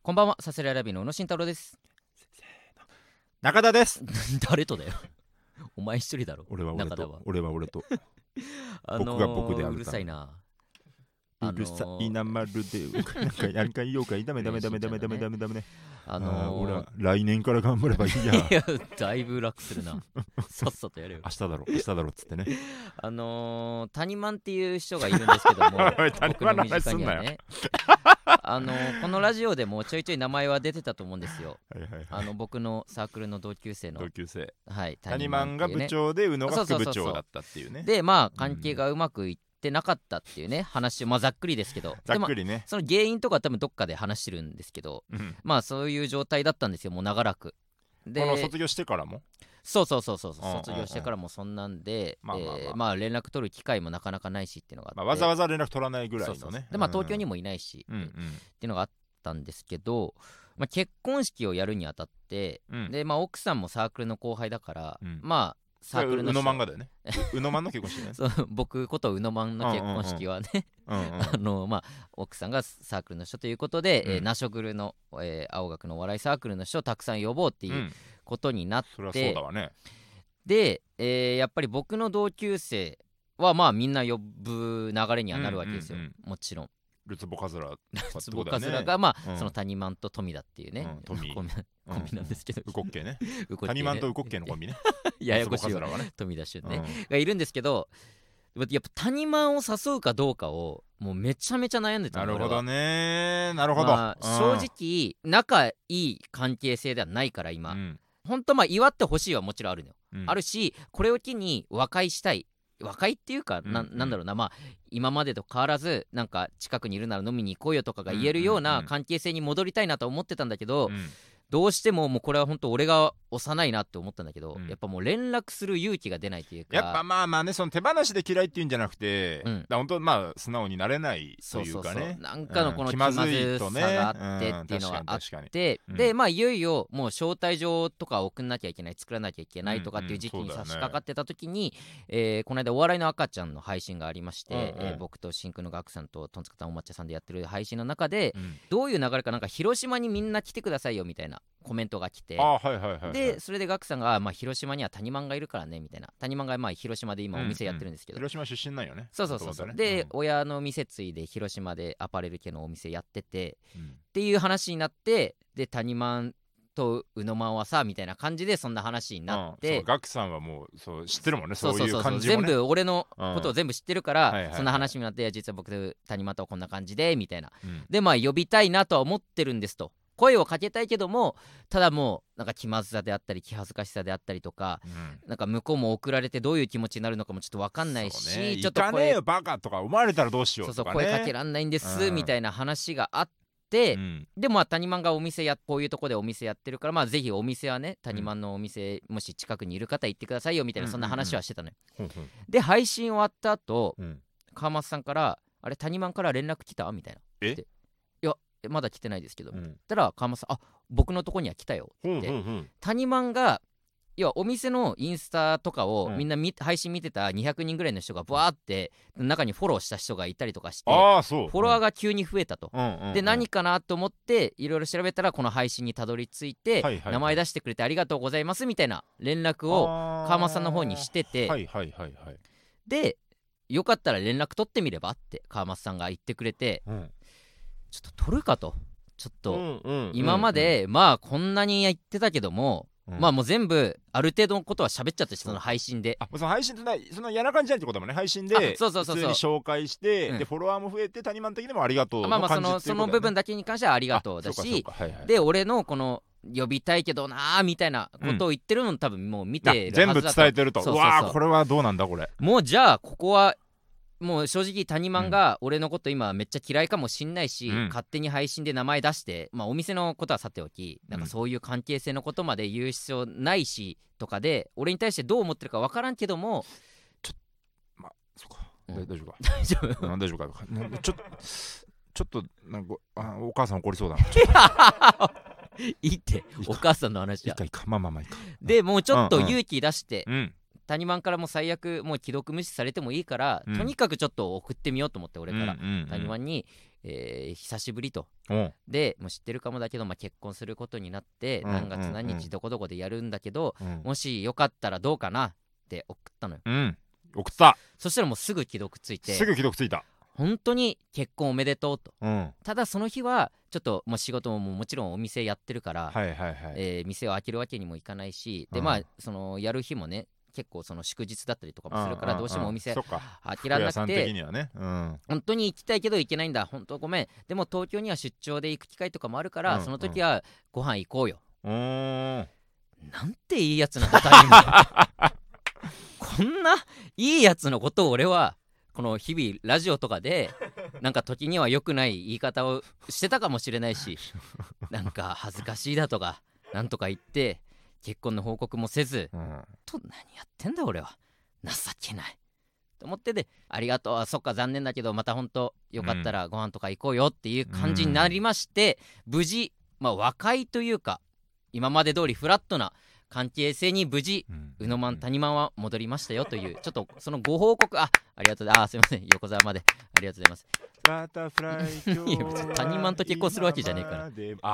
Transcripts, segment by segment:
こんばんは、サスレラビの宇野慎太郎です。 中田です。 誰とだよお前一人だろ。 俺は俺中田はと俺は俺と僕が僕であるうるさいな。 うるさいなまるでなんかやるか言おうかい。ダメね。俺は来年から頑張ればいいや。 いや、だいぶ楽するな。さっさとやれよ。 明日だろっつってね。 谷マンっていう人がいるんですけども谷マンの話すんなよ。 ねこのラジオでもちょいちょい名前は出てたと思うんですよ。僕のサークルの同級生のはい、 谷マンが部長で宇野が副部長だったっていうね。 でまあ関係がうまくいってなかったっていうね話、まあざっくりですけど、 ざっくりね。 その原因とか多分どっかで話してるんですけど、まあそういう状態だったんですよ、もう長らく。でこの卒業してからも卒業してからもそんなんで、まあ連絡取る機会もなかなかないしっていうのがあって、 わざわざ連絡取らないぐらいのね。 でまあ東京にもいないし、っていうのがあったんですけど、まあ、結婚式をやるにあたって、でまあ奥さんもサークルの後輩だから、まあサークルの宇野マンがだよね。宇野マンの結婚式ね。 そう僕こと宇野マンの結婚式はねまあ奥さんがサークルの人ということで、ナショグルの、青学のお笑いサークルの人をたくさん呼ぼうっていうことになって、 そりゃそうだわね。 で、やっぱり僕の同級生はまあみんな呼ぶ流れにはなるわけですよ、もちろん。 ルツボカズラがまあ、その谷マンと富田っていうね、 コンビなんですけど、 ウコッケね。谷マンとウコッケのコンビね。 ややこしいわ、富田俊ねがいるんですけど、やっぱ谷マンを誘うかどうかをもうめちゃめちゃ悩んでたの。 なるほどね。なるほど。 まあ正直仲いい関係性ではないから今、本当まあ祝ってほしいはもちろんあるのよ、あるし、これを機に和解したい、和解っていうか、なんだろうな、まあ今までと変わらずなんか近くにいるなら飲みに行こうよとかが言えるような関係性に戻りたいなと思ってたんだけど、どうしてももうこれは本当俺が幼いなって思ったんだけど、やっぱもう連絡する勇気が出ないというか、 やっぱまあね、その手放しで嫌いっていうんじゃなくて、本当まあ素直になれないというかね、 なんかのこの気まずさがあってっていうのがあって、でまあいよいよもう招待状とか送んなきゃいけない、作らなきゃいけないとかっていう時期に差し掛かってた時に、この間お笑いの赤ちゃんの配信がありまして、僕と真空のガクさんととんつかたんお抹茶さんでやってる配信の中で、どういう流れかなんか広島にみんな来てくださいよみたいなコメントが来て、でそれでガクさんが、まあ、広島には谷マンがいるからねみたいな、谷マンがまあ広島で今お店やってるんですけど、 広島出身なんよね。 そうで、親の店継いで広島でアパレル系のお店やってて、っていう話になって、で谷マンと宇野マンはさみたいな感じでそんな話になって、 ガクさんはもうそう知ってるもんね、そういう感じもね、 全部俺のことを全部知ってるから、そんな話になって、実は僕谷マンとはこんな感じでみたいな、でまあ呼びたいなとは思ってるんですと、声をかけたいけども、ただもうなんか気まずさであったり気恥ずかしさであったりとか、なんか向こうも送られてどういう気持ちになるのかもちょっと分かんないし、ちょっと行かねえよバカとか思われたらどうしようとかね、 声かけらんないんですみたいな話があって、でも谷マンがお店こういうとこでお店やってるから、まあぜひお店はね、谷マンのお店もし近くにいる方行ってくださいよみたいな、そんな話はしてたのよ。で配信終わった後、川松さんからあれ谷マンから連絡来たみたいな、いやまだ来てないですけど、たら川松さん、あ僕のとこには来たよって、谷マンが要はお店のインスタとかをみんな配信見てた200人ぐらいの人がバーって中にフォローした人がいたりとかして、フォロワーが急に増えたと、で何かなと思っていろいろ調べたらこの配信にたどり着いて、名前出してくれてありがとうございますみたいな連絡を川間さんの方にしてて、でよかったら連絡取ってみればって川間さんが言ってくれて、ちょっと取るかと、ちょっと今までまあこんなに言ってたけども、まあもう全部ある程度のことは喋っちゃって、その配信で、 その配信ってそのやな感じじゃないってことだもんね。配信で普通に紹介して、でフォロワーも増えて谷マン的にもありがとうの感じっていうことだよね。 その部分だけに関してはありがとうだし、で俺のこの呼びたいけどなーみたいなことを言ってるの多分もう見てるはずだと、 全部伝えてると、うわーこれはどうなんだこれ、 もうじゃあここはもう正直谷マンが俺のこと今めっちゃ嫌いかもしんないし、勝手に配信で名前出して、まあお店のことはさておき、なんかそういう関係性のことまで言う必要ないしとかで、俺に対してどう思ってるか分からんけども、 まあそうか、大丈夫か大丈夫大丈夫かちょっとなんかお母さん怒りそうだないいってお母さんの話は。いいかまあいいか。 でもうちょっと勇気出して、谷マンからも最悪もう既読無視されてもいいから、とにかくちょっと送ってみようと思って、俺から谷マンに久しぶりとうんでもう知ってるかもだけど、結婚することになって何月何日どこどこでやるんだけど、もしよかったらどうかなって送ったのよ。 送った。 そしたらもうすぐ既読ついて、 すぐ既読ついた。 本当に結婚おめでとうと。 うんただその日はちょっともう仕事ももちろんお店やってるから、 はいはいはい店を開けるわけにもいかないし、でそのやる日もね結構その祝日だったりとかもするから、どうしてもお店開けられなくて、本当に行きたいけど行けないんだ、本当ごめん、でも東京には出張で行く機会とかもあるから、その時はご飯行こうよ。なんていいやつなんだタイムこんないいやつのことを俺はこの日々ラジオとかでなんか時には良くない言い方をしてたかもしれないし、なんか恥ずかしいだとかなんとか言って結婚の報告もせず、と何やってんだ俺は、情けないと思って、でありがとう、そっか残念だけどまた本当よかったらご飯とか行こうよっていう感じになりまして、無事和解というか今まで通りフラットな関係性に無事うのまん谷まんは戻りましたよという、ちょっとそのご報告、ありがとう、すいません、横澤までありがとうございます。 バタフライいや別に谷まんと結婚するわけじゃねえから。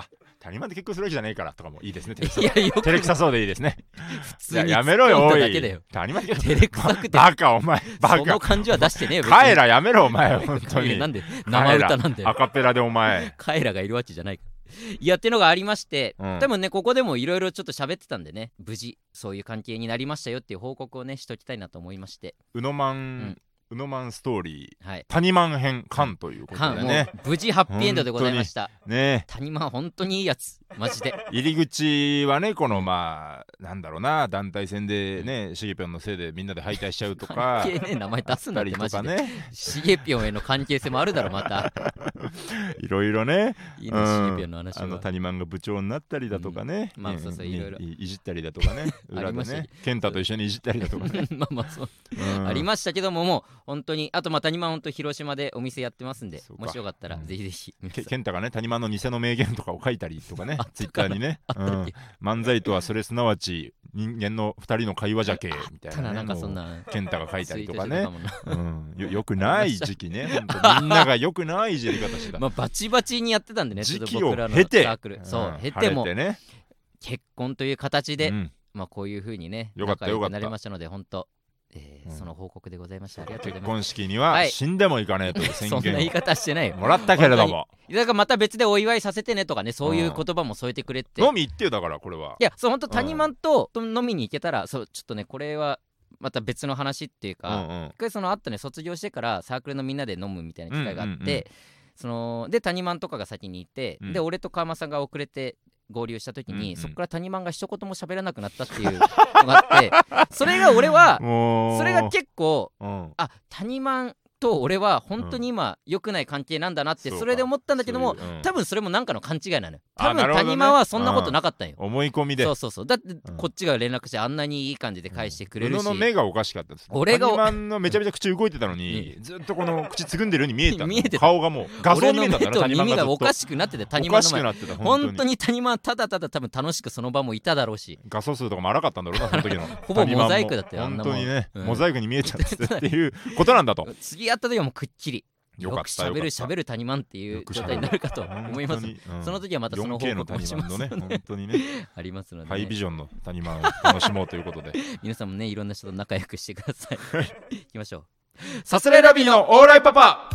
谷まんと結婚するわけじゃねえからとかもいいですね。 照れくさそうでいいですね。 普通にやめろよおい。 谷まん照れくさくてバカお前バカ。 その感じは出してねえよ。 カエラやめろお前本当に。 なんで生歌なんだよ。 アカペラでお前。 カエラがいるわけじゃないから。いやっていうのがありまして、多分ねここでもいろいろちょっと喋ってたんでね、無事そういう関係になりましたよっていう報告をねしときたいなと思いまして、 うのまんストーリー、 谷まん編完ということでね、 無事ハッピーエンドでございましたね。 谷まん本当にいいやつマジで。 入り口はねこのなんだろうな、団体戦でねしげぴょんのせいでみんなで敗退しちゃうとか関係ねえ名前出すんだってマジで。しげぴょんへの関係性もあるだろまたいろいろね、 いいね、しげぴょんの話は谷まんが部長になったりだとかね、 そういろいろいじったりだとかね裏でね健太と一緒にいじったりだとかねそうありましたけども、もう本当にあと谷まん本当広島でお店やってますんで、もしよかったらぜひぜひ。 健太がね谷まんの偽の名言とかを書いたりとかねツイッターにね、漫才とはそれすなわち人間の2人の会話じゃけみたいなね、 なんかそんな健太が書いたりとかね、よくない時期ね、本当みんながよくないいじり方してた。 バチバチにやってたんでね、 時期を経て経ても結婚という形でこういう風にね仲良くなりましたので、本当その報告でございました。ありがとうございます。 結婚式には死んでもいかねえという宣言をそんな言い方してないよもらったけれども、 だからまた別でお祝いさせてねとかね、そういう言葉も添えてくれって。 飲み行ってよ、だからこれは。 いやそう本当谷まんと飲みに行けたら、そうちょっとねこれはまた別の話っていうか、一回その後ね卒業してからサークルのみんなで飲むみたいな機会があって、そので谷まんとかが先にいて、で俺と川間さんが遅れて合流した時に、そこから谷まんが一言も喋らなくなったっていうのがあってそれが俺はそれが結構、谷まんと俺は本当に今良くない関係なんだなってそれで思ったんだけども、多分それもなんかの勘違いなのよ。多分谷間はそんなことなかったんよ、 思い込みで。 そうだってこっちが連絡してあんなにいい感じで返してくれるし、 宇野の目がおかしかったです。 俺が谷間のめちゃめちゃ口動いてたのに、ずっとこの口つぐんでるように見えた顔がもう画像に見えたんだな。 俺の目と耳がおかしくなってて、谷間の前本当に谷間はただただ多分楽しくその場もいただろうし、 画素数とかも荒かったんだろうなその時のほぼモザイクだったよ。 本当にね、モザイクに見えちゃってっていうことなんだと。 次やった時はもうくっきりよく喋る谷まんっていう状態になるかと思います。その時はまたその報告もしますので、 本当にねありますので、 ハイビジョンの谷まんを楽しもうということで皆さんもねいろんな人と仲良くしてください。いきましょう。 さすらいラビーのオーライパパ。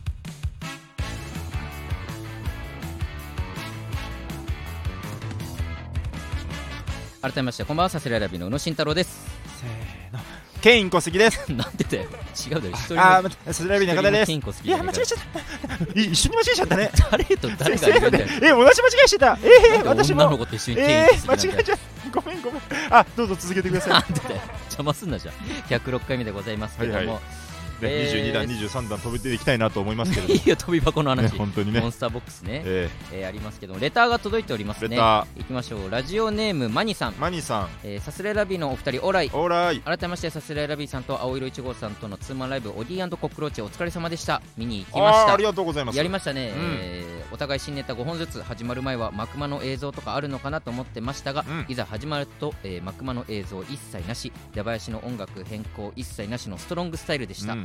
改めましてこんばんは、さすらいラビーの宇野慎太郎です。 せーの、ケイン小杉です。 なんでだよ、違うだよ。 さすらいラビー中田です。いや間違えちゃった。一緒に間違えちゃったね。 誰と誰がいるんだよ。 同じ間違いしてた。私も女の子と一緒にケイン小杉間違えちゃった。ごめん。どうぞ続けてください。 なんでだよ、邪魔すんなじゃん。106回目でございますけども、 22段23段飛び出ていきたいなと思いますけど、 いいよ飛び箱の話、 本当にね、 モンスターボックスね、ありますけどレターが届いておりますね。いきましょう。ラジオネームマニさん、さすらいラビーのお二人オーライ。改めましてさすらいラビーさんと青色1号さんとのツーマンライブオディ&コックローチお疲れ様でした。見に行きました。 ありがとうございます。 やりましたね、お互い新ネタ5本ずつ。始まる前はマクマの映像とかあるのかなと思ってましたが、いざ始まると、マクマの映像一切なし、出囃子の音楽変更一切なしのストロングスタイルでした。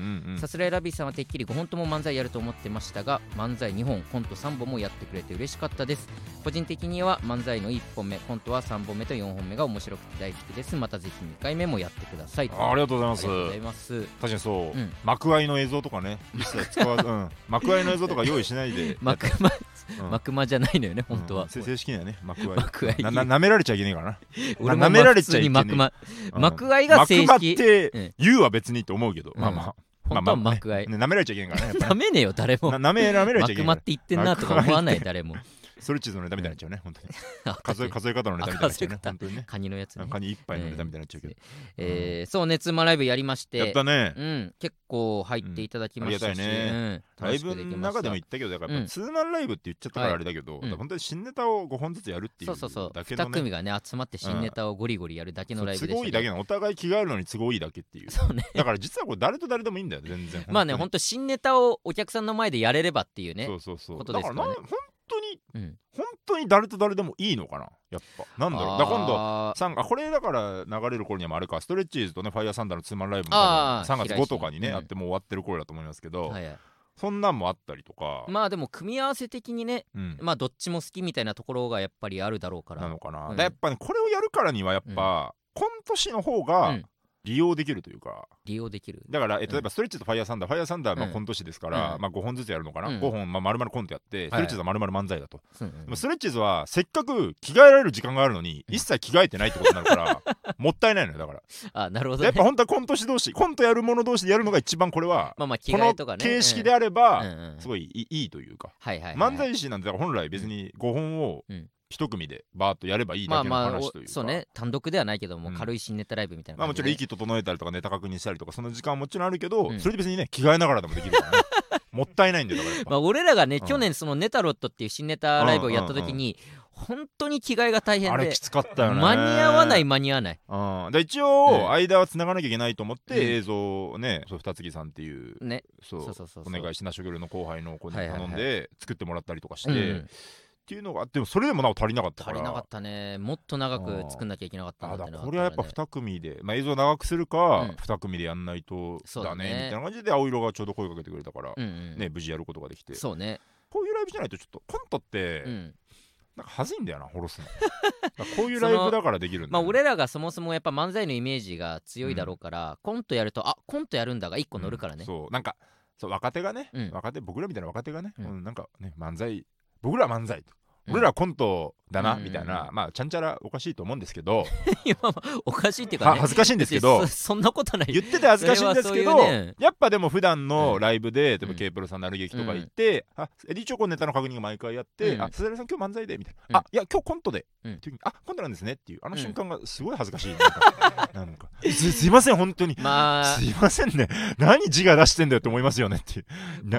さすらいラビーさんはてっきり5本とも漫才やると思ってましたが、漫才2本コント3本もやってくれて嬉しかったです。個人的には漫才の1本目コントは3本目と4本目が面白くて大好きです。またぜひ2回目もやってください。 ありがとうございます。 ありがとうございます。 確かにそう、幕間の映像とかね一切使わず、幕間の映像とか用意しないで幕間じゃないのよね本当は。 正式にはね幕間なめられちゃいけないからな。 俺も普通に幕間が正式。幕間って言うは別にって思うけど、まあまあ本当は幕間なめられちゃいけないからね。 なめねえよ誰も。 なめられちゃいけない。 幕間って言ってんなとか思わない誰も。 ストレッチーズのネタみたいになっちゃうね、本当に。数え方のネタみたいになっちゃうね、本当にね。 カニのやつね。 カニ一杯のネタみたいになっちゃうけど。そうね、ツーマンライブやりまして。 やったね。 結構入っていただきましたし。 ありがたいね。ライブの中でも言ったけど、やっぱツーマンライブって言っちゃったからあれだけど、本当に新ネタを5本ずつやるっていうだけのね。 そう2組がね、集まって新ネタをゴリゴリやるだけのライブでした。 都合いいだけなの。お互い気があるのに都合いいだけっていう。だから実はこれ誰と誰でもいいんだよ、全然。 まあね、本当新ネタをお客さんの前でやれればっていうね。ことですからね。 本当に誰と誰でもいいのかな、やっぱ。なんだろう。だ今度これだから流れる頃にはあれか、ストレッチーズとねファイヤーサンダーのツーマンライブも3月5とかにねやってもう終わってる頃だと思いますけど、そんなんもあったりとか。 まあでも組み合わせ的にね、まあどっちも好きみたいなところがやっぱりあるだろうからなのかな。やっぱねこれをやるからにはやっぱコント師の方が利用できるというか。だから、例えばストレッチとファイヤーサンダーはコント師ですから、5本ずつやるのかな、5本丸々コントやって、ストレッチーズは丸々漫才だと。ストレッチーズはせっかく着替えられる時間があるのに一切着替えてないってことになるからもったいないのよ。だからなるほど、 やっぱ本当はコント師同士コントやる者同士でやるのが一番これはこの形式であればすごいいいというか、漫才師なんて本来別に5本を一組でバーッとやればいいだけの話というか、 そうね、単独ではないけども軽い新ネタライブみたいな、 もちろん息整えたりとかネタ確認したりとかその時間はもちろんあるけど、それで別にね着替えながらでもできるからねもったいないんだよ。だから俺らがね去年そのネタロットっていう新ネタライブをやった時に本当に着替えが大変で、 あれきつかったよね。 間に合わないで一応間は繋がなきゃいけないと思って映像をね二月さんっていうお願いしなしょぎょるの後輩の子に頼んで作ってもらったりとかしてっていうのがあって、もそれでもなお足りなかったから。 足りなかったね。もっと長く作んなきゃいけなかったんだってな。 これはやっぱ2組で、映像長くするか2組でやんないとだねみたいな感じで青色がちょうど声かけてくれたからね、無事やることができて。 そうね。 こういうライブじゃないとちょっとコントってなんかはずいんだよな、下ろすの。こういうライブだからできるんだ。 俺らがそもそもやっぱ漫才のイメージが強いだろうから、コントやるとコントやるんだが1個乗るからね。 そうなんか若手がね、僕らみたいな若手がね、なんかね漫才、僕らは漫才と。俺らコントだなみたいな、ちゃんちゃらおかしいと思うんですけどおかしいっていうかね、 恥ずかしいんですけど、 そんなことない言ってて恥ずかしいんですけど、やっぱでも普段のライブで例えば K プロさんなる劇とか行ってエディチョコネタの確認が毎回やって「鈴木さん今日漫才で」みたいな「いや今日コントで」っていうコントなんですねっていう瞬間がすごい恥ずかしい。なんかすいません本当にすいませんね、何自我出してんだよって思いますよねっていう、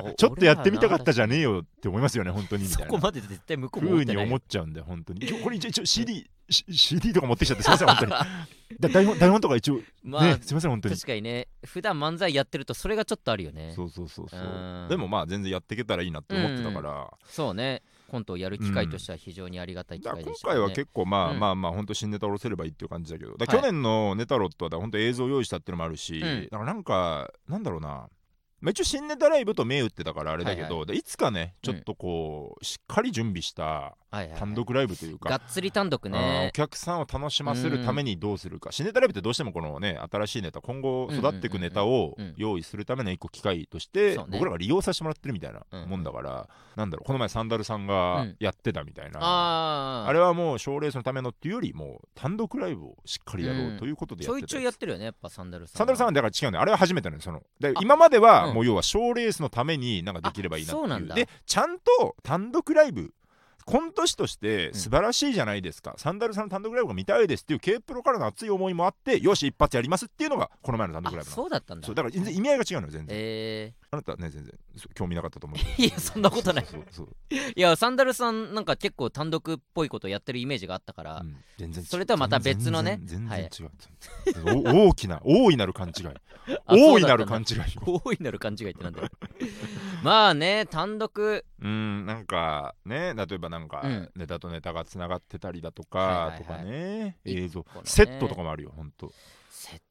ちょっとやってみたかったじゃねえよって思いますよね本当にみたいな。 そこまで絶対向こうふうに思っちゃうんだよ本当に。これ一応 CD とか持ってきちゃってすいません本当に。台本とか一応ね、すいません本当に。 確かにね、普段漫才やってるとそれがちょっとあるよね。 そうでも全然やっていけたらいいなって思ってたから、 そうね、コントをやる機会としては非常にありがたい機会でしたね。 今回は結構本当新ネタ下ろせればいいっていう感じだけど、去年のネタロットは本当映像用意したっていうのもあるし、だからなんだろうな、一応新ネタライブと銘打ってたからあれだけど、いつかねちょっとこうしっかり準備した単独ライブというか、 がっつり単独ね、 お客さんを楽しませるためにどうするか。新ネタライブってどうしてもこのね新しいネタ、今後育っていくネタを用意するための一個機会として僕らが利用させてもらってるみたいなもんだから、なんだろう、この前サンダルさんがやってたみたいな、あれはもう賞レースのためのっていうよりも単独ライブをしっかりやろうということでやってた。 ちょいちょいやってるよねやっぱサンダルさん。 サンダルさんはだから違うね、あれは初めてなのよ。今まではもう要は賞レースのためになんかできればいいなっていう。でちゃんと単独ライブコント師として素晴らしいじゃないですか、サンダルさんの単独ライブが見たいですっていう K プロからの熱い思いもあって、よし一発やりますっていうのがこの前の単独ライブ。 そうだったんだ。 そうだから全然意味合いが違うのよ全然。あなたはね全然興味なかったと思う。 いやそんなことない。いやサンダルさんなんか結構単独っぽいことやってるイメージがあったから、 全然それとはまた別のね、 全然違う。大いなる勘違い、大いなる勘違い、 大いなる勘違いってなんだよ。まあね単独なんかね、例えばなんかネタとネタがつながってたりだとかね、映像セットとかもあるよほんと。 セッ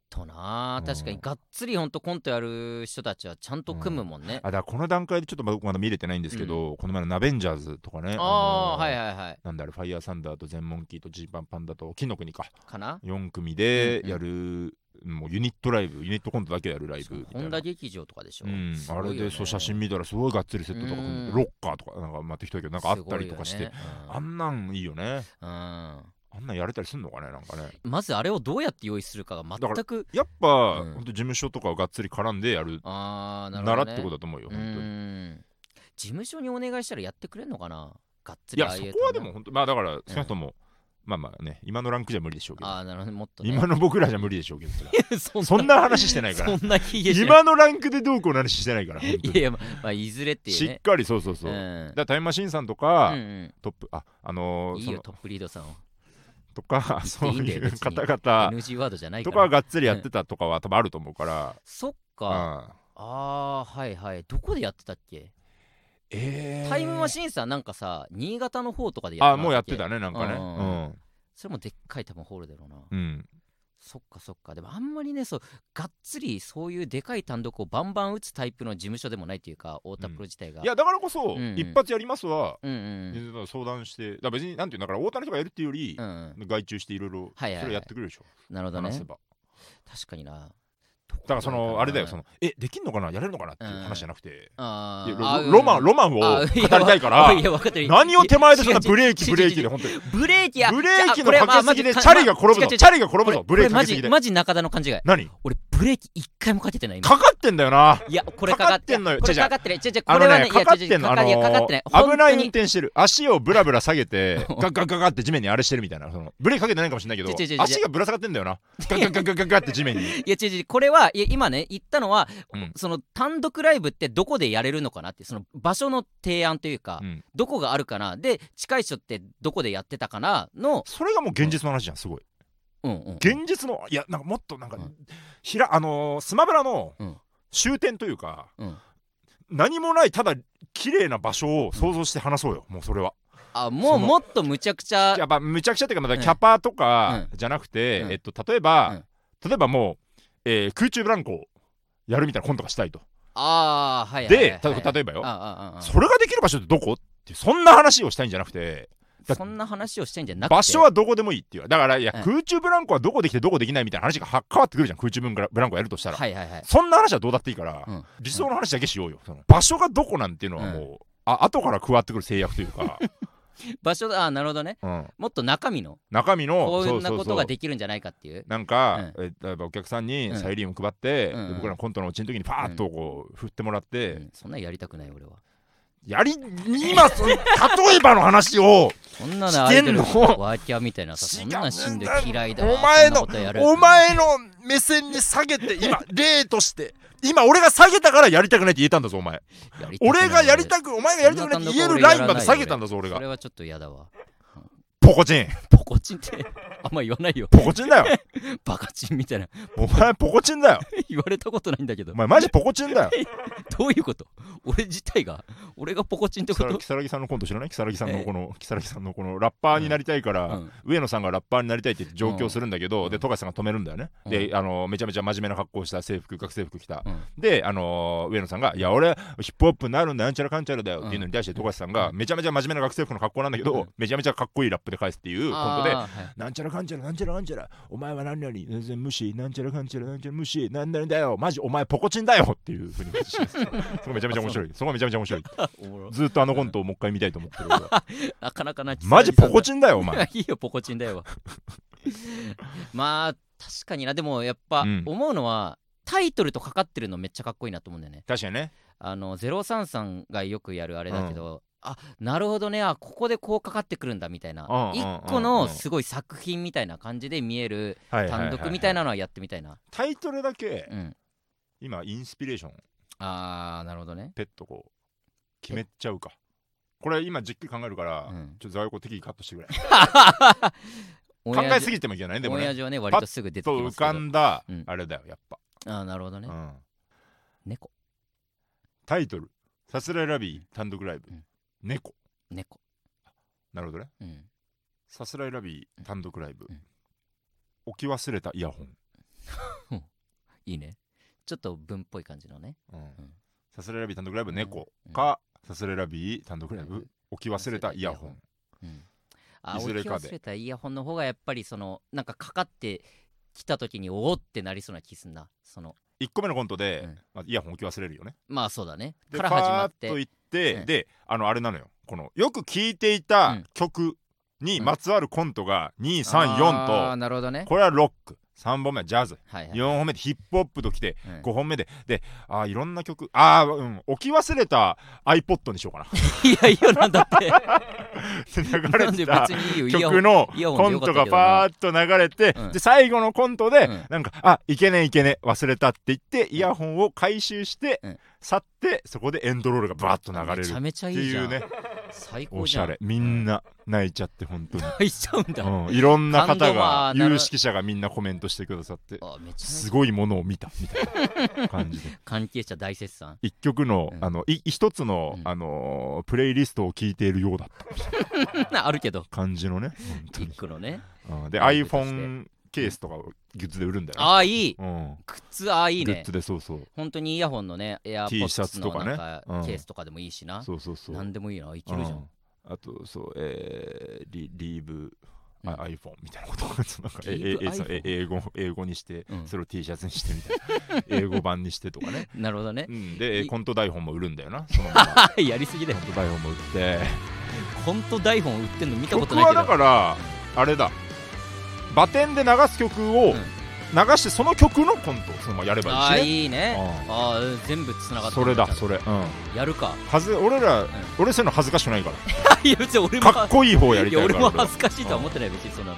とな、確かにがっつりほんとコントやる人たちはちゃんと組むもんね。 だからこの段階でちょっと僕まだ見れてないんですけど、この前のナベンジャーズとかね、 はいはいはい。 なんだあれ、ファイヤーサンダーとゼンモンキーとジーパンパンダとキノ国かな 4組でやる、もうユニットライブ、ユニットコントだけやるライブみたいな。 本田劇場とかでしょ、 あれでそう写真見たらすごいがっつりセットとか組んで、ロッカーとかなんかまあ適当だけどなんかあったりとかして、あんなんいいよね。あんなんやれたりすんのかね、なんかね。 まずあれをどうやって用意するかが全くやっぱ、ほんと事務所とかをがっつり絡んでやるならってことだと思うよ、本当に。 事務所にお願いしたらやってくれんのかな、がっつり。 いや、そこはでも本当まあだから少なくとも、まあね、今のランクじゃ無理でしょうけど、 なるほど、もっとね、 今の僕らじゃ無理でしょうけどそんな話してないから、 そんな今のランクでどうこうの話してないから、本当に。 いや、まあいずれっていうね、 しっかりそうそうそう、だからタイムマシーンさんとか、トップいいよ、トップリードさんをとか、そういう方々 NG ワードじゃないとかはがっつりやってたとかは多分あると思うから。 そっか、はいはい。どこでやってたっけ。タイムマシーンさんなんかさ、新潟の方とかでやってたっけ。 もうやってたね、なんかね。 それもでっかい多分ホールだろうな。そっかそっか。でもあんまりね、そうがっつりそういうでかい単独をバンバン打つタイプの事務所でもないというか、太田プロ自体が、 いやだからこそ、一発やりますわ、相談して、だ別になんていうだから太田の人がやるっていうより、外注していろいろそれやってくれるでしょ。 なるほどね。確かにな。 だからそのあれだよ、そのできんのかな、やれるのかなっていう話じゃなくて、 ロマンを語りたいから、何を手前でそんなブレーキで本当にブレーキのかけすぎでチャリが転ぶぞ、ブレーキかけすぎで。 マジ中田の勘違い。 何、 俺ブレーキ一回もかけてない。 かかってんだよな。 いやこれかかってんのよ。これかかってない。 これはね、かかってんの。危ない運転してる、足をブラブラ下げてガッガッガッガッって地面にあれしてるみたいな、そのブレーキかけてないかもしれないけど、足がぶら下がってんだよな、ガッガッガッガッガッガッって地面に。いやこれは今ね言ったのは、その単独ライブってどこでやれるのかなって、その場所の提案というか、どこがあるかなで、近い人ってどこでやってたかなの、 それがもう現実の話じゃん、すごい。現実の、いやなんかもっとなんか、スマブラの終点というか、何もないただ綺麗な場所を想像して話そうよ、もうそれは。 もっとむちゃくちゃ、 やっぱむちゃくちゃっていうか、まだキャパとかじゃなくて、例えばもう、空中ブランコをやるみたいなコントがしたいと。で、例えばよ、それができる場所ってどこって、そんな話をしたいんじゃなくて、 そんな話をしてんじゃなくて、 場所はどこでもいいっていう。だからいや、空中ブランコはどこできてどこできないみたいな話が変わってくるじゃん、空中ブランコやるとしたら。そんな話はどうだっていいから、理想の話だけしようよ。場所がどこなんていうのはもう、後から加わってくる制約というか場所なるほどね、もっと中身のこういうなことができるんじゃないかっていう。 なんか、例えばお客さんにサイリウム配って、僕らのコントのうちの時にパーッとこう振ってもらって、 そんなやりたくない俺は。 今例えばの話をそんなのしてんのワーキャーみたいなさ、そんなしんどい嫌いだわ。 お前の目線に下げて、今例として今俺が下げたからやりたくないって言えたんだぞ、お前。俺がやりたく、お前がやりたくないって言えるラインまで下げたんだぞ、俺が。 それはちょっと嫌だわ。 ポコチンってあんま言わないよ。 ポコチンだよバカチンみたいな。 お前ポコチンだよ言われたことないんだけど。 お前マジポコチンだよどういうこと？俺自体が俺がポコチンってこと？ 如月さんのコント知らない？如月さんのこのラッパーになりたいから、上野さんがラッパーになりたいって言って上京するんだけど、で富樫さんが止めるんだよね。でめちゃめちゃ真面目な格好をした学生服着た。で上野さんがいや俺ヒップホップになるんだなんちゃらかんちゃらだよっていうのに対して富樫さんがめちゃめちゃ真面目な学生服の格好なんだけど、めちゃめちゃかっこいいラップで返すっていうコントで、なんちゃらかんちゃらなんちゃらかんちゃらお前は何々全然無視なんちゃらかんちゃらなんちゃら無視なんなんだよマジお前ポコチンだよっていうふうにそこめちゃめちゃ面白い。そこめちゃめちゃ面白い。ずっとあのコントをもう一回見たいと思ってる。 なかなかな。 マジポコチンだよお前。 いいよポコチンだよまあ確かにな。でもやっぱ思うのは、タイトルとかかってるのめっちゃかっこいいなと思うんだよね。 確かにね。 033がよくやるあれだけど、なるほどね、ここでこうかかってくるんだみたいな、一個のすごい作品みたいな感じで見える単独みたいなのはやってみたいな。 タイトルだけ、今インスピレーションなるほどね、 ペットこう決めちゃうか。これ今じっくり考えるから、ちょっとざわこ適宜カットしてくれ考えすぎてもいけないね。でもね親父はね割とすぐ出てきますけど、 パッと浮かんだあれだよやっぱ。 なるほどね。猫タイトルさすらいラビー単独ライブ、猫なるほどね。さすらいラビー単独ライブ、置き忘れたイヤホンいいね。ちょっと文っぽい感じのね。 サスレラビー単独ライブ猫か、サスレラビー単独ライブ置き忘れたイヤホン。 置き忘れたイヤホンの方がやっぱりそのなんかかかってきた時におおってなりそうな気すんな。その 1個目のコントで、イヤホン置き忘れるよね。 まあそうだね。 から始まってパーッといって、であれなのよ、このよく聴いていた曲にまつわるコントが234と、 なるほどね。 これはロック、3本目はジャズ、4本目でヒップホップときて、5本目でいろんな曲、置き忘れた iPod にしようかな。 いやいいよ、なんだって流れてた曲のコントがパーッと流れて、で最後のコントでなんかいけね忘れたって言ってイヤホンを回収して去って、そこでエンドロールがバーッと流れるっていうね。 めちゃめちゃいいじゃん。最高じゃん。 おしゃれ。みんな泣いちゃって、本当に泣いちゃうんだ。 いろんな方が、有識者がみんなコメントしてくださって、すごいものを見たみたいな感じで関係者大絶賛。 一曲の一つのプレイリストを聴いているようだったあるけど感じのね、 一個のね。 で iPhoneケースとかをグッズで売るんだよ。 いい。靴いいね。 グッズでそうそう。 本当にイヤホンのね、エアポッツのなんかケースとかでもいいしな。 そう。 なんでもいいな、いけるじゃん。 あとそうリーブiPhone みたいなことなんか英語にしてそれを T シャツにしてみたいな、英語版にしてとかね。 なるほどね。 でコント台本も売るんだよな、そのまま。 やりすぎだよ。 コント台本も売って、 コント台本売ってんの見たことないけど。 曲はだからあれだ、バテンで流す曲を流してその曲のコントをそのままやればいいしね。 いいね。全部つながってる。 それだ、それ。 やるか。 俺そういうの恥ずかしくないから。 いや別に俺もかっこいい方やりたいから。 俺も恥ずかしいとは思ってない、別にそんなの。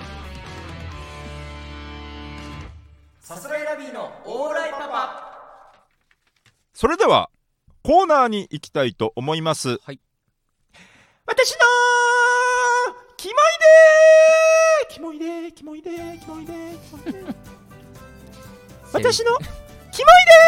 さすらいラビーのオーライパパ。 それではコーナーに行きたいと思います。 はい。 私のキモいで私のキ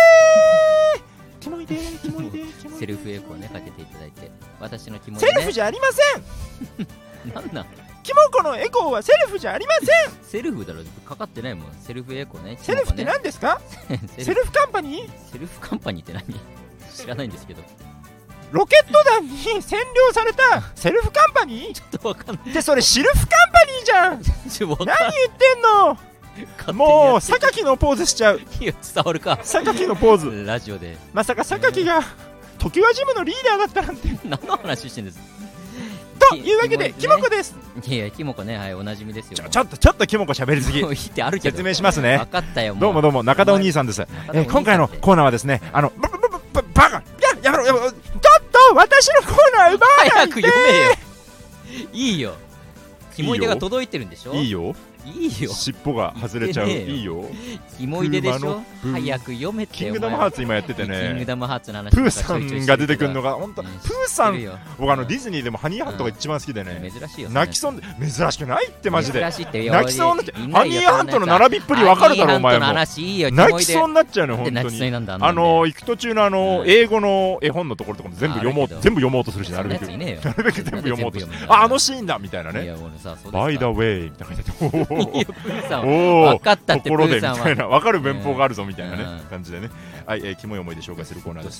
モいでセルフエコーねかけていただいて、私のキモいセルフじゃありません。なんなんキモコのエコーはセルフじゃありません。 セルフだろ、かかってないもん。セルフエコーね。 セルフって何ですか？セルフカンパニー？ セルフカンパニーって何？知らないんですけど。 ロケット弾に占領されたセルフカンパニー？ ちょっとわかんない。 でそれシルフカンパニーじゃん。何言ってんの？もう榊のポーズしちゃう。 いや伝わるか。 榊のポーズ。 ラジオで。 まさか榊が常盤ジムのリーダーだったなんて。 何の話してんです？ というわけでキモコです。 いやキモコね、はい、おなじみですよ。 ちょっとキモコ喋りすぎ。説明しますね。 分かったよ。 どうも中田お兄さんです。今回のコーナーはですね、バカやめろちょっと私のコーナー奪わないで。 早く読めよ。いいよ。キモいでが届いてるんでしょ。 いいよ。 いいよ。 尻尾が外れちゃう。いいよ。 キモいででしょ。早く読めてよ。 キングダムハーツ今やっててね。 キングダムハーツの話。 プーさんが出てくるのが本当。プーさん、僕ディズニーでもハニーハントが一番好きでね。 珍しいよ。 泣きそうで珍しくないってマジで。 泣きそうになっちゃう。ハニーハントの並びっぷりわかるだろお前も。泣きそうになっちゃうの本当に。行く途中の英語の絵本のところとかも全部読もうとするし、なるべく全部読もうとする。あのシーンだみたいなね。バイダウェイみたいな感じで。 分かったってプーさんは。 みたいな分かる文法があるぞみたいなね感じでね。はい、キモい思いで紹介するコーナーです。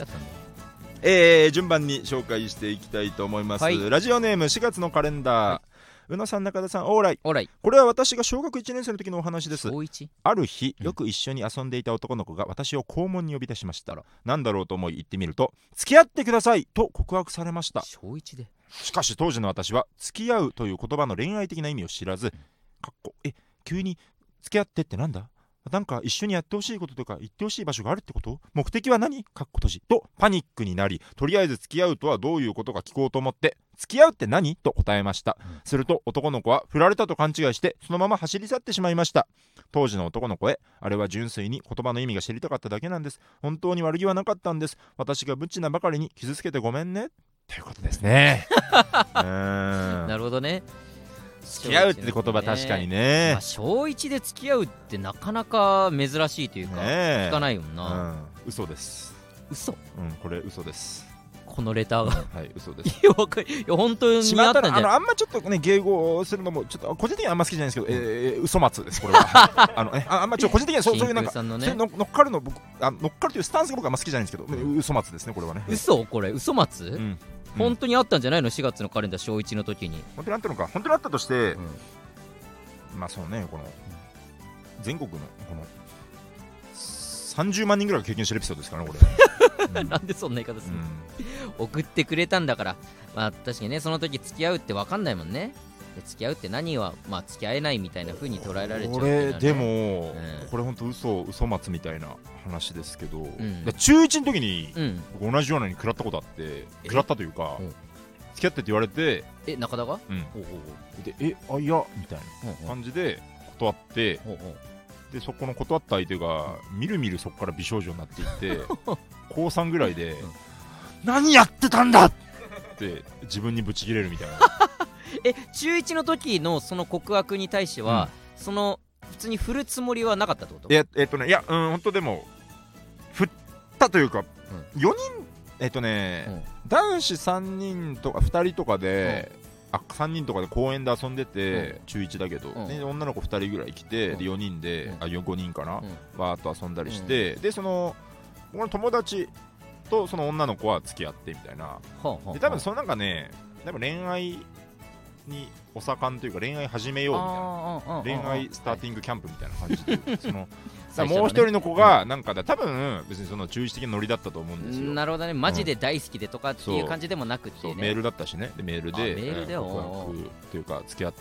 順番に紹介していきたいと思います。ラジオネーム4月のカレンダー。宇野さん、中田さん、オーライ。これは私が小学1年生の時のお話です。ある日、よく一緒に遊んでいた男の子が私を校門に呼び出しました。なんだろうと思い行ってみると、付き合ってくださいと告白されました。 小1で。 しかし当時の私は付き合うという言葉の恋愛的な意味を知らず、急に付き合ってってなんだ？なんか一緒にやってほしいこととか行ってほしい場所があるってこと？目的は何？とパニックになり、とりあえず付き合うとはどういうことか聞こうと思って、付き合うって何？と答えました。すると男の子は振られたと勘違いしてそのまま走り去ってしまいました。当時の男の子へ、あれは純粋に言葉の意味が知りたかっただけなんです。本当に悪気はなかったんです。私が無知なばかりに傷つけてごめんねということですね。 なるほどね。 付き合うって言葉確かにね。 小1で付き合うってなかなか珍しいというか聞かないよな。 嘘です。 嘘？ これ嘘です。 ここのレターがはい嘘です。 いやわかる、いや本当にあったんじゃない。 あんまちょっとね迎合するのもちょっと個人的にはあんま好きじゃないんですけど、嘘松ですこれは。あんまちょっと個人的にはそういうなんかの、ね、 そういう乗っかるの僕乗っかるというスタンスが僕はあんま好きじゃないんですけど、嘘松ですねこれはね。 嘘これ嘘松、本当にあったんじゃないの4月のカレンダー小1の時に。 本当にあったのか。本当にあったとして、まあそうね、この全国のこの30万人ぐらいが経験してるエピソードですからねこれ。 なんでそんな言い方するの、送ってくれたんだから。まあ確かにね、その時付き合うって分かんないもんね。で付き合うって何はまあ付き合えないみたいな風に捉えられちゃう、ね、 これでも、これ本当嘘松みたいな話ですけど、中1の時に、僕同じようなに食らったことあって、食らったというか、付き合ってって言われて、 中田が、 でいやみたいな感じで断って、でそこの断った相手がみるみるそこから美少女になっていって高3ぐらいで、何やってたんだって自分にぶち切れるみたいな。 中1の時のその告白に対しては、その普通に振るつもりはなかったってこと？ 本当でも振ったというか、4人男子3人とか2人とかで、3人とかで公園で遊んでて、中1だけど、女の子2人ぐらい来て、で4人で、5人かな、わーっと遊んだりして、でその僕の友達とその女の子は付き合ってみたいな。で多分そのなんかね、多分恋愛にお盛んというか恋愛始めようみたいな、恋愛スターティングキャンプみたいな感じで、そのもう一人の子がなんか多分別にその中止的なノリだったと思うんですよ。 なるほどね、マジで大好きでとかっていう感じでもなくて、ね、 メールだったしね。でメールで告白というか付き合って、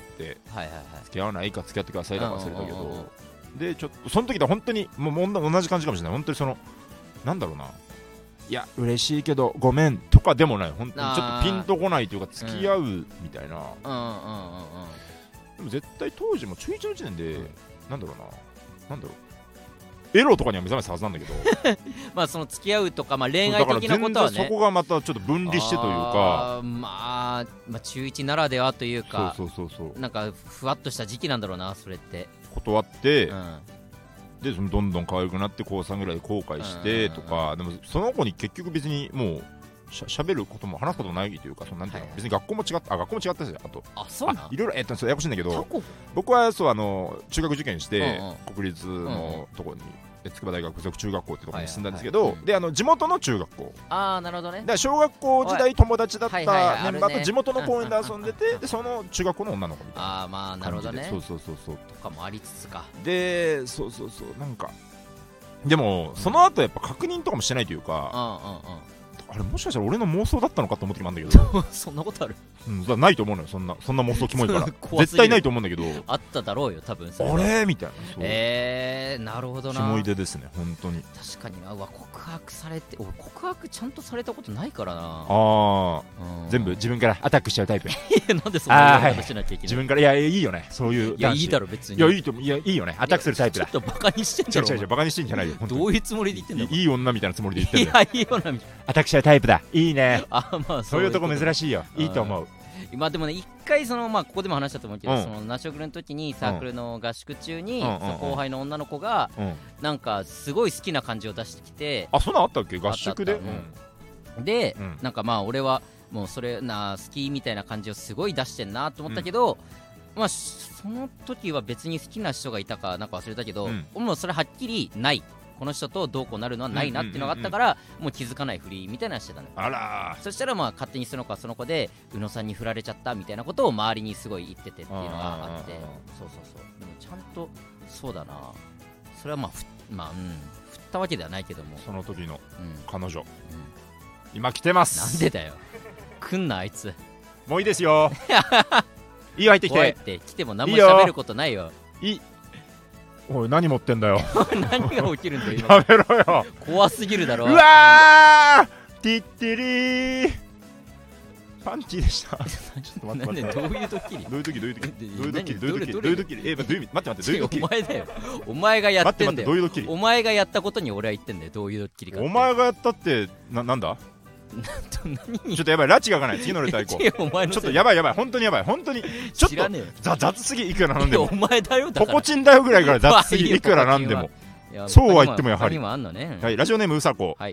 付き合わないか付き合ってくださいとか忘れたけど、でちょっとその時は本当にもう同じ感じかもしれない。本当にそのなんだろうな、いや嬉しいけどごめんとかでもない、本当にちょっとピンとこないというか付き合うみたいな。でも絶対当時も中1の時点で、なんだろうエロとかには目覚めたはずなんだけどまあその付き合うとか、まあ、恋愛的なことはね、 そこがまたちょっと分離してというか、 まあ中1ならではというか、 そうなんかふわっとした時期なんだろうな、それって。 断って、でどんどん可愛くなって高3ぐらいで後悔してとか、でもその子に結局別にもうしゃべることも話すこともないというか、そのなんていうの、別に学校も違ったし、あとそうなん、 いろいろややこしいんだけど、僕はそう中学受験して国立のところに筑波大学附属中学校ってところに住んだんですけど、で地元の中学校、 なるほどね。 で小学校時代友達だったメンバーと地元の公園で遊んでて、でその中学校の女の子みたいな。 まあなるほどね。 そうとかもありつつか。 でそうなんかでもその後やっぱ確認とかもしてないというか、あれもしかしたら俺の妄想だったのかと思ってきたんだけどそんなことある？ ないと思うのよ、そんな妄想キモいから絶対ないと思うんだけど、 あっただろうよ多分。 あれみたいな。なるほどな。 キモいでですね本当に。 確かにな。告白されて、俺告白ちゃんとされたことないからな。 全部自分からアタックしちゃうタイプ。 なんでそんなことしなきゃいけない？ 自分から、いやいいよねそういう。 いやいいだろ別に。 いやいいよね、アタックするタイプだ。 ちょっとバカにしてんじゃん。 違うバカにしてんじゃないよ。 どういうつもりで言ってんだ。 いい女みたいなつもりで言ってんだよ。 いい女みたいな。 アタックしちゃうタイプだ。いいね。 そういうとこ珍しいよ。いいと思う。 まあでもね、一回その、ここでも話したと思うけど、そのナショクルの時にサークルの合宿中に、その後輩の女の子がなんかすごい好きな感じを出してきて。 そんなあったっけ合宿で。 でなんか俺はもうそれ好きみたいな感じをすごい出してんなと思ったけど、その時は別に好きな人がいたかなんか忘れたけど、もうそれはっきりない、この人とどうこうなるのはないなっていうのがあったから、もう気づかないふりみたいなのしてたのよ。 あら。 そしたら勝手にその子はその子で宇野さんに振られちゃったみたいなことを周りにすごい言っててっていうのがあって、そうでもちゃんとそうだな、それは振ったわけではないけども、 その時の彼女、今来てます。 なんでだよ、来んなあいつ。 もういいですよいいよ入ってきて。 こうやって来ても何も喋ることないよ。 いい。おい何持ってんだよ何が起きるんだよ今。 やめろよ、 怖すぎるだろ。 うわーティッティリーパンチでした。ちょっと待ってどういうドッキリ？ どういう時どういうドッキリ待ってどういうドッキリ？ お前だよ、お前がやってんだよ。 どういうドッキリ？ お前がやったことに俺は言ってんだよ、どういうドッキリか。 お前がやったってなんだ？ちょっとやばい、拉致が開かない。次のレター行こう。ちょっとやばい本当にやばい、本当にちょっと雑すぎ。いくらなんでもお前だよ、 ポコチンだよぐらいから雑すぎ。いくらなんでもそうは言ってもやはり。ラジオネームうさこ。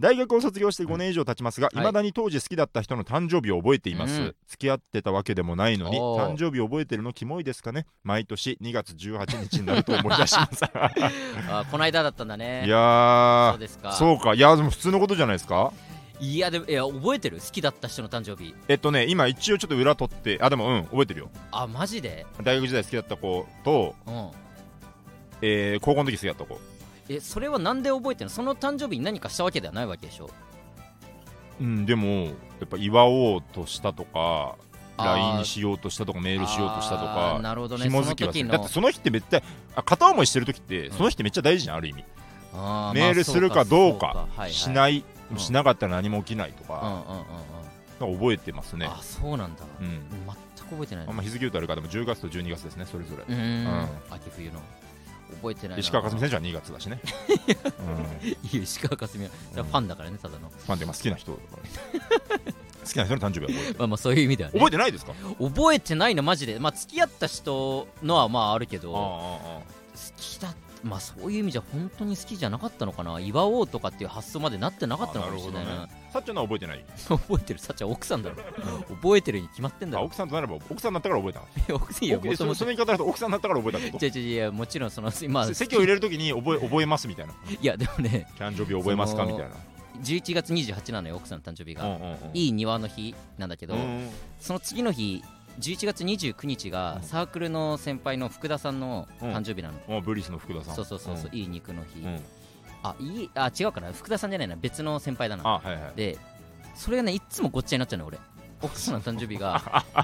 大学を卒業して5年以上経ちますが、未だに当時好きだった人の誕生日を覚えています。付き合ってたわけでもないのに誕生日を覚えてるのキモいですかね。毎年2月18日になると思い出しますこの間だったんだね。 いやー、 そうですか。 そうか。いやでも普通のことじゃないですか。 いやでも覚えてる？好きだった人の誕生日。 今一応ちょっと裏取って、でも覚えてるよ。 マジで？ 大学時代好きだった子と、高校の時好きだった子。 それはなんで覚えてるの？その誕生日に何かしたわけではないわけでしょ。 でもやっぱ祝おうとしたとか、LINE しようとしたとか、メールしようとしたとか、 なるほどね。 紐づきはする。だってその日ってめっちゃ片思いしてる時って、その日ってめっちゃ大事じゃん、ある意味。メールするかどうか、しない、しなかったら何も起きないとか、覚えてますね。 そうなんだ。全く覚えてない。 日付言うとあるか、でも10月と12月ですね、それぞれ。 秋冬の覚えてないな。 石川佳純選手は2月だしね。 いや、石川佳純はファンだからね、ただの。 ファンで好きな人だからね。好きな人の誕生日は覚えてる。 そういう意味ではね。 覚えてないですか？ 覚えてないのマジで。付き合った人のはあるけど、好きだ。そういう意味じゃ本当に好きじゃなかったのかな。祝おうとかっていう発想までなってなかったのかもしれないな。 さっちゃんのは覚えてない？ 覚えてる。さっちゃん奥さんだろ。覚えてるに決まってんだろ。 奥さんとなれば、奥さんになったから覚えたの。その言い方だと奥さんになったから覚えたってこと？ いやもちろん席を入れるときに覚えますみたいな。 いやでもね、 誕生日覚えますかみたいな。 11月28なのよ、奥さんの誕生日が。いい庭の日なんだけど、その次の日11月29日がサークルの先輩の福田さんの誕生日なの。 ブリスの福田さん。 そう、いい肉の日。違うかな、福田さんじゃないな、別の先輩だな。でそれがね、いつもごっちゃになっちゃうの俺。奥さんの誕生日が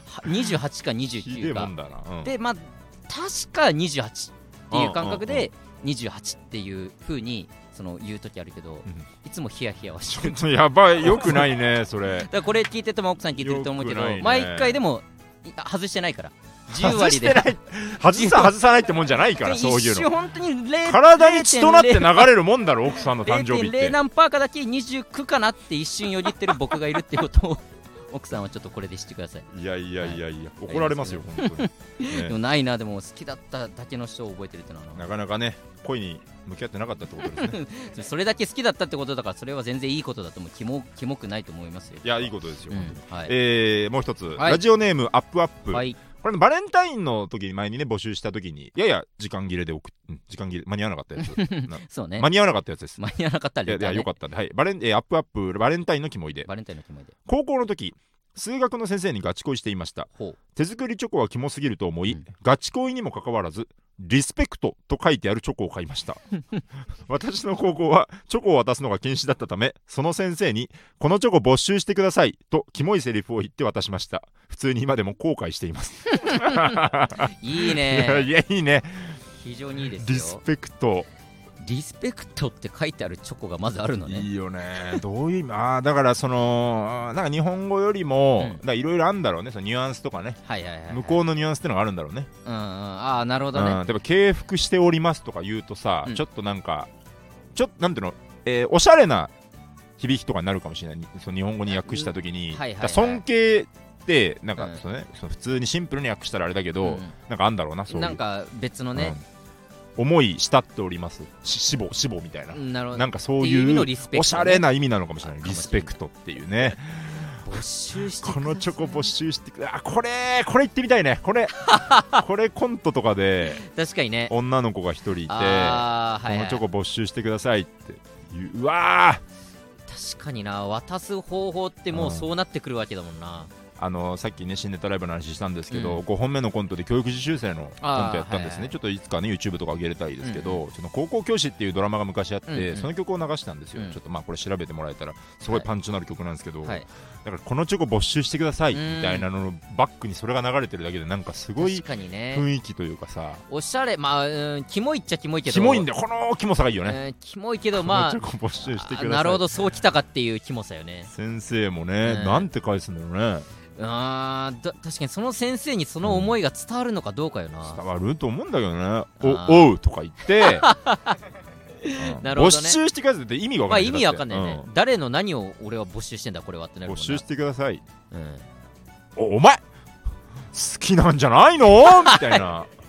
28か29かで、確か28っていう感覚で28っていう風に言う時あるけど、いつもヒヤヒヤはしてる。 ちょっとやばい、よくないねそれ。 だからこれ聞いてても奥さん聞いてると思うけど、毎回でも外してないから10割で外さないってもんじゃないから、そういうの。 本当に体に血となって流れるもんだろ、奥さんの誕生日って。 0.0何パーかだけ29かなって一瞬よぎってる僕がいるってことを奥さんはちょっとこれで知ってください。 いや怒られますよ本当に。 でもないな。でも好きだっただけの人を覚えてるってのはなかなかね、恋に向き合ってなかったってことですね。 それだけ好きだったってことだから、それは全然いいことだと思う。キモくないと思いますよ。 いや、いいことですよ。もう一つ、ラジオネームアップアップ。これバレンタインの時に前にね募集した時にやや時間切れで時間切れ間に合わなかったやつ。 そうね、 間に合わなかったやつです。 間に合わなかったらいやよかったんで、はい。アップアップバレンタインのキモいで。高校の時数学の先生にガチ恋していました。手作りチョコはキモすぎると思い、ガチ恋にもかかわらずリスペクトと書いてあるチョコを買いました。私の高校はチョコを渡すのが禁止だったため、その先生にこのチョコ没収してくださいとキモいセリフを言って渡しました。普通に今でも後悔しています。 いいね。 いやいいね、 非常にいいですよ。 リスペクトって書いてあるチョコがまずあるのね。 いいよね。どういう意味？だからなんか日本語よりもいろいろあるんだろうね、そのニュアンスとかね。向こうのニュアンスってのがあるんだろうね。 なるほどね。 例えば敬服しておりますとか言うとさ、ちょっとなんかなんていうの、おしゃれな響きとかになるかもしれない。その日本語に訳した時に尊敬ってなんか普通にシンプルに訳したらあれだけど、なんかあんだろうな、そういうなんか別のね、 思い慕っております、死母みたいな、なんかそういうおしゃれな意味なのかもしれない。リスペクトっていうね。 没収してこのチョコ没収してくれ。これ言ってみたいね。これコントとかで確かにね、 女の子が一人いて、このチョコ没収してくださいって言う。うわー、確かにな。渡す方法ってもうそうなってくるわけだもんな。 さっきね新ネタライブの話したんですけど、5本目のコントで教育実習生のコントやったんですね。ちょっといつかね YouTube とか上げれたいですけど、その高校教師っていうドラマが昔あって、その曲を流したんですよ。ちょっとこれ調べてもらえたらすごいパンチのある曲なんですけど、だからこのチョコ没収してくださいみたいなののバックにそれが流れてるだけでなんかすごい雰囲気というかさ、 おしゃれ。キモいっちゃキモいけど、 キモいんだよ、このキモさがいいよね。 キモいけど、 このチョコ没収してください。 なるほど、そうきたかっていうキモさよね。 先生もね、なんて返すんだろうね。 確かにその先生にその思いが伝わるのかどうかよな。 伝わると思うんだけどね。おうとか言ってなるほどね。 没収してくださいって意味が分かんない。 意味わかんないね。誰の何を俺は没収してんだこれはってなるもんな。 没収してください。お前好きなんじゃないのみたいな。 好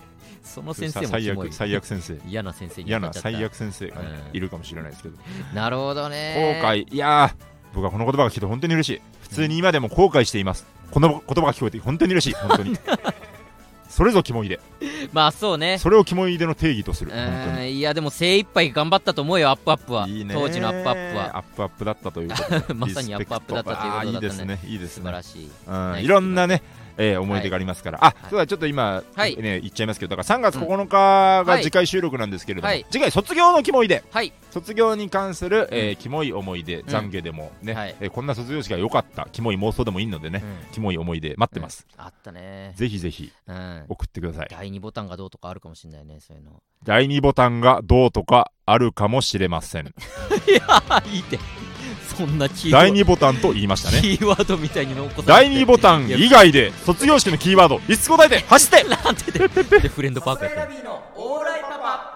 その先生も最悪先生、 嫌な先生に嫌な最悪先生がいるかもしれないですけど、 なるほどね。 後悔、いや僕はこの言葉が聞いて本当に嬉しい。普通に今でも後悔しています。この言葉が聞こえて本当に嬉しい。本当にそれぞキモいで、 まあそうね、 それをキモいでの定義とする。本当にいやでも精一杯頑張ったと思うよ、アップアップは。 いいね、 当時のアップアップはアップアップだったということでまさにアップアップだったということだったね。 いいですね、いいですね、 素晴らしい。 いろんなね思い出がありますから、そうだ、ちょっと今、言っちゃいますけど、だから3月9日が次回収録なんですけれども、次回卒業のキモいで、卒業に関するキモい思い出、懺悔でもね、こんな卒業式が良かった、キモい妄想でもいいのでね、キモい思い出待ってます。 あったね。 ぜひぜひ送ってください。 第2ボタンがどうとかあるかもしれないね、そういうの。 第2ボタンがどうとかあるかもしれません。いやいいって、そんなキーワード、 第2ボタンと言いましたね。 キーワードみたいに残されて、 第2ボタン以外で卒業式のキーワード5つ答えて走ってなんてでフレンドパークやったの。オーライパパ。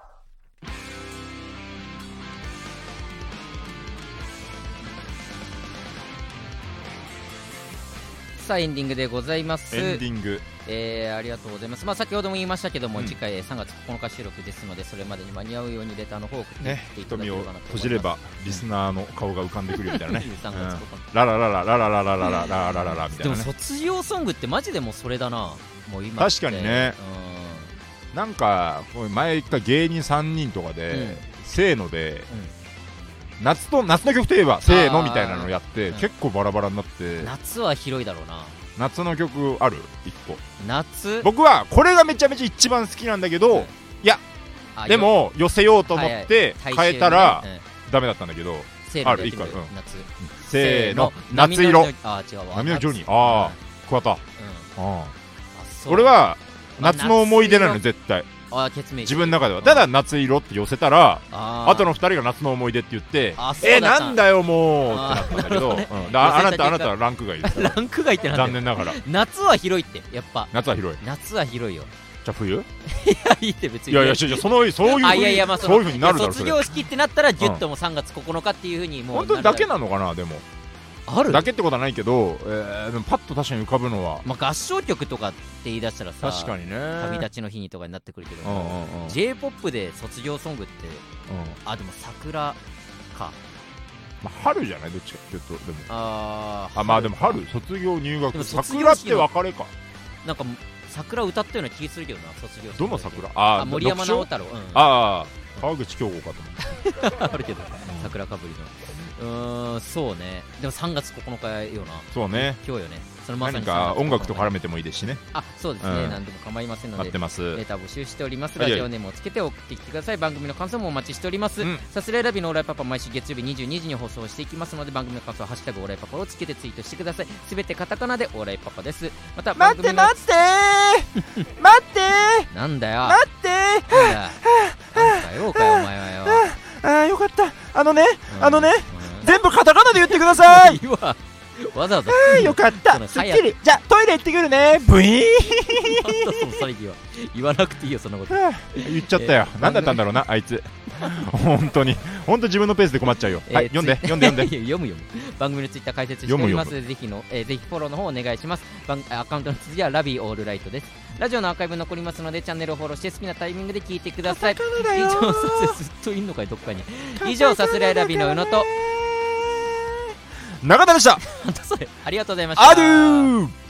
さあエンディングでございます。 エンディング、 ありがとうございます。まあ先ほども言いましたけども、次回3月9日収録ですので、それまでに間に合うようにレターの方を送っていっていただければなと思います。 瞳を閉じればリスナーの顔が浮かんでくるみたいなね。 ラララララララララララララララみたいなね。 でも卒業ソングってマジでもうそれだな。もう今確かにね。なんか前言った芸人3人とかで、せーので。夏の曲といえばせーのみたいなのやって、結構バラバラになって。 夏は広いだろうな。 夏の曲ある1個。 夏、 僕はこれがめちゃめちゃ一番好きなんだけど、いやでも寄せようと思って変えたらダメだったんだけど、ある1個ある。せーの、夏色。波のジョニー。ああ桑田。これは夏の思い出なの絶対。自分の中では。ただ夏色って寄せたら、あとの2人が夏の思い出って言って、なんだよもうってなったんだけど、あなたはランク外です。 ランク外ってなんだよ。 残念ながら。 夏は広いって、やっぱ。 夏は広い。 夏は広いよ。 じゃあ冬？いやいいって別に。 いやそういう風になるだろ。 卒業式ってなったらギュッとも3月9日っていう風にもう。 本当にだけなのかなでも。 あるだけってことはないけど、でもパッと確かに浮かぶのは、 合唱曲とかって言い出したらさ、 確かにね、 旅立ちの日にとかになってくるけど、J-POP で卒業ソングって、でも桜か、 春じゃない、どっちかっていうと。でもでも春、卒業入学、桜って別れか。 なんか桜歌ったような気するけどな、卒業。 どの桜？ 森山直太朗。 川口京吾かと思った。 あるけど、桜かぶりの。そうね。でも3月9日よな。 そうね。 今日よね。そのまさに何か音楽と絡めてもいいですしね。 そうですね。何でも構いませんので、 待ってます。 レター募集しております。ラジオネームをつけて送ってきてください。番組の感想もお待ちしております。さすらいラビのオーライパパ、毎週月曜日22時に放送していきますので、番組の感想はハッシュタグオーライパパをつけてツイートしてください。すべてカタカナでオーライパパです。また番組の待ってなんだよ。 待ってなんだよお前はよ。 よかった。全部カタカナで言ってください。 わざわざよかった。すっきり。じゃあトイレ行ってくるね。ブイーン。 その騒ぎは言わなくていいよ、そんなこと。 言っちゃったよ。何だったんだろうな、あいつ。本当自分のペースで困っちゃうよ。読んで読む。番組のツイッター解説しております。ぜひフォローの方お願いします。アカウントの続きはラビーオールライトです。ラジオのアーカイブ残りますので、チャンネルをフォローして好きなタイミングで聞いてください。以上、ずっといんのかい、どっかに。以上、さすらいラビーの宇野と中田でした。 ありがとうございました。 アデュー。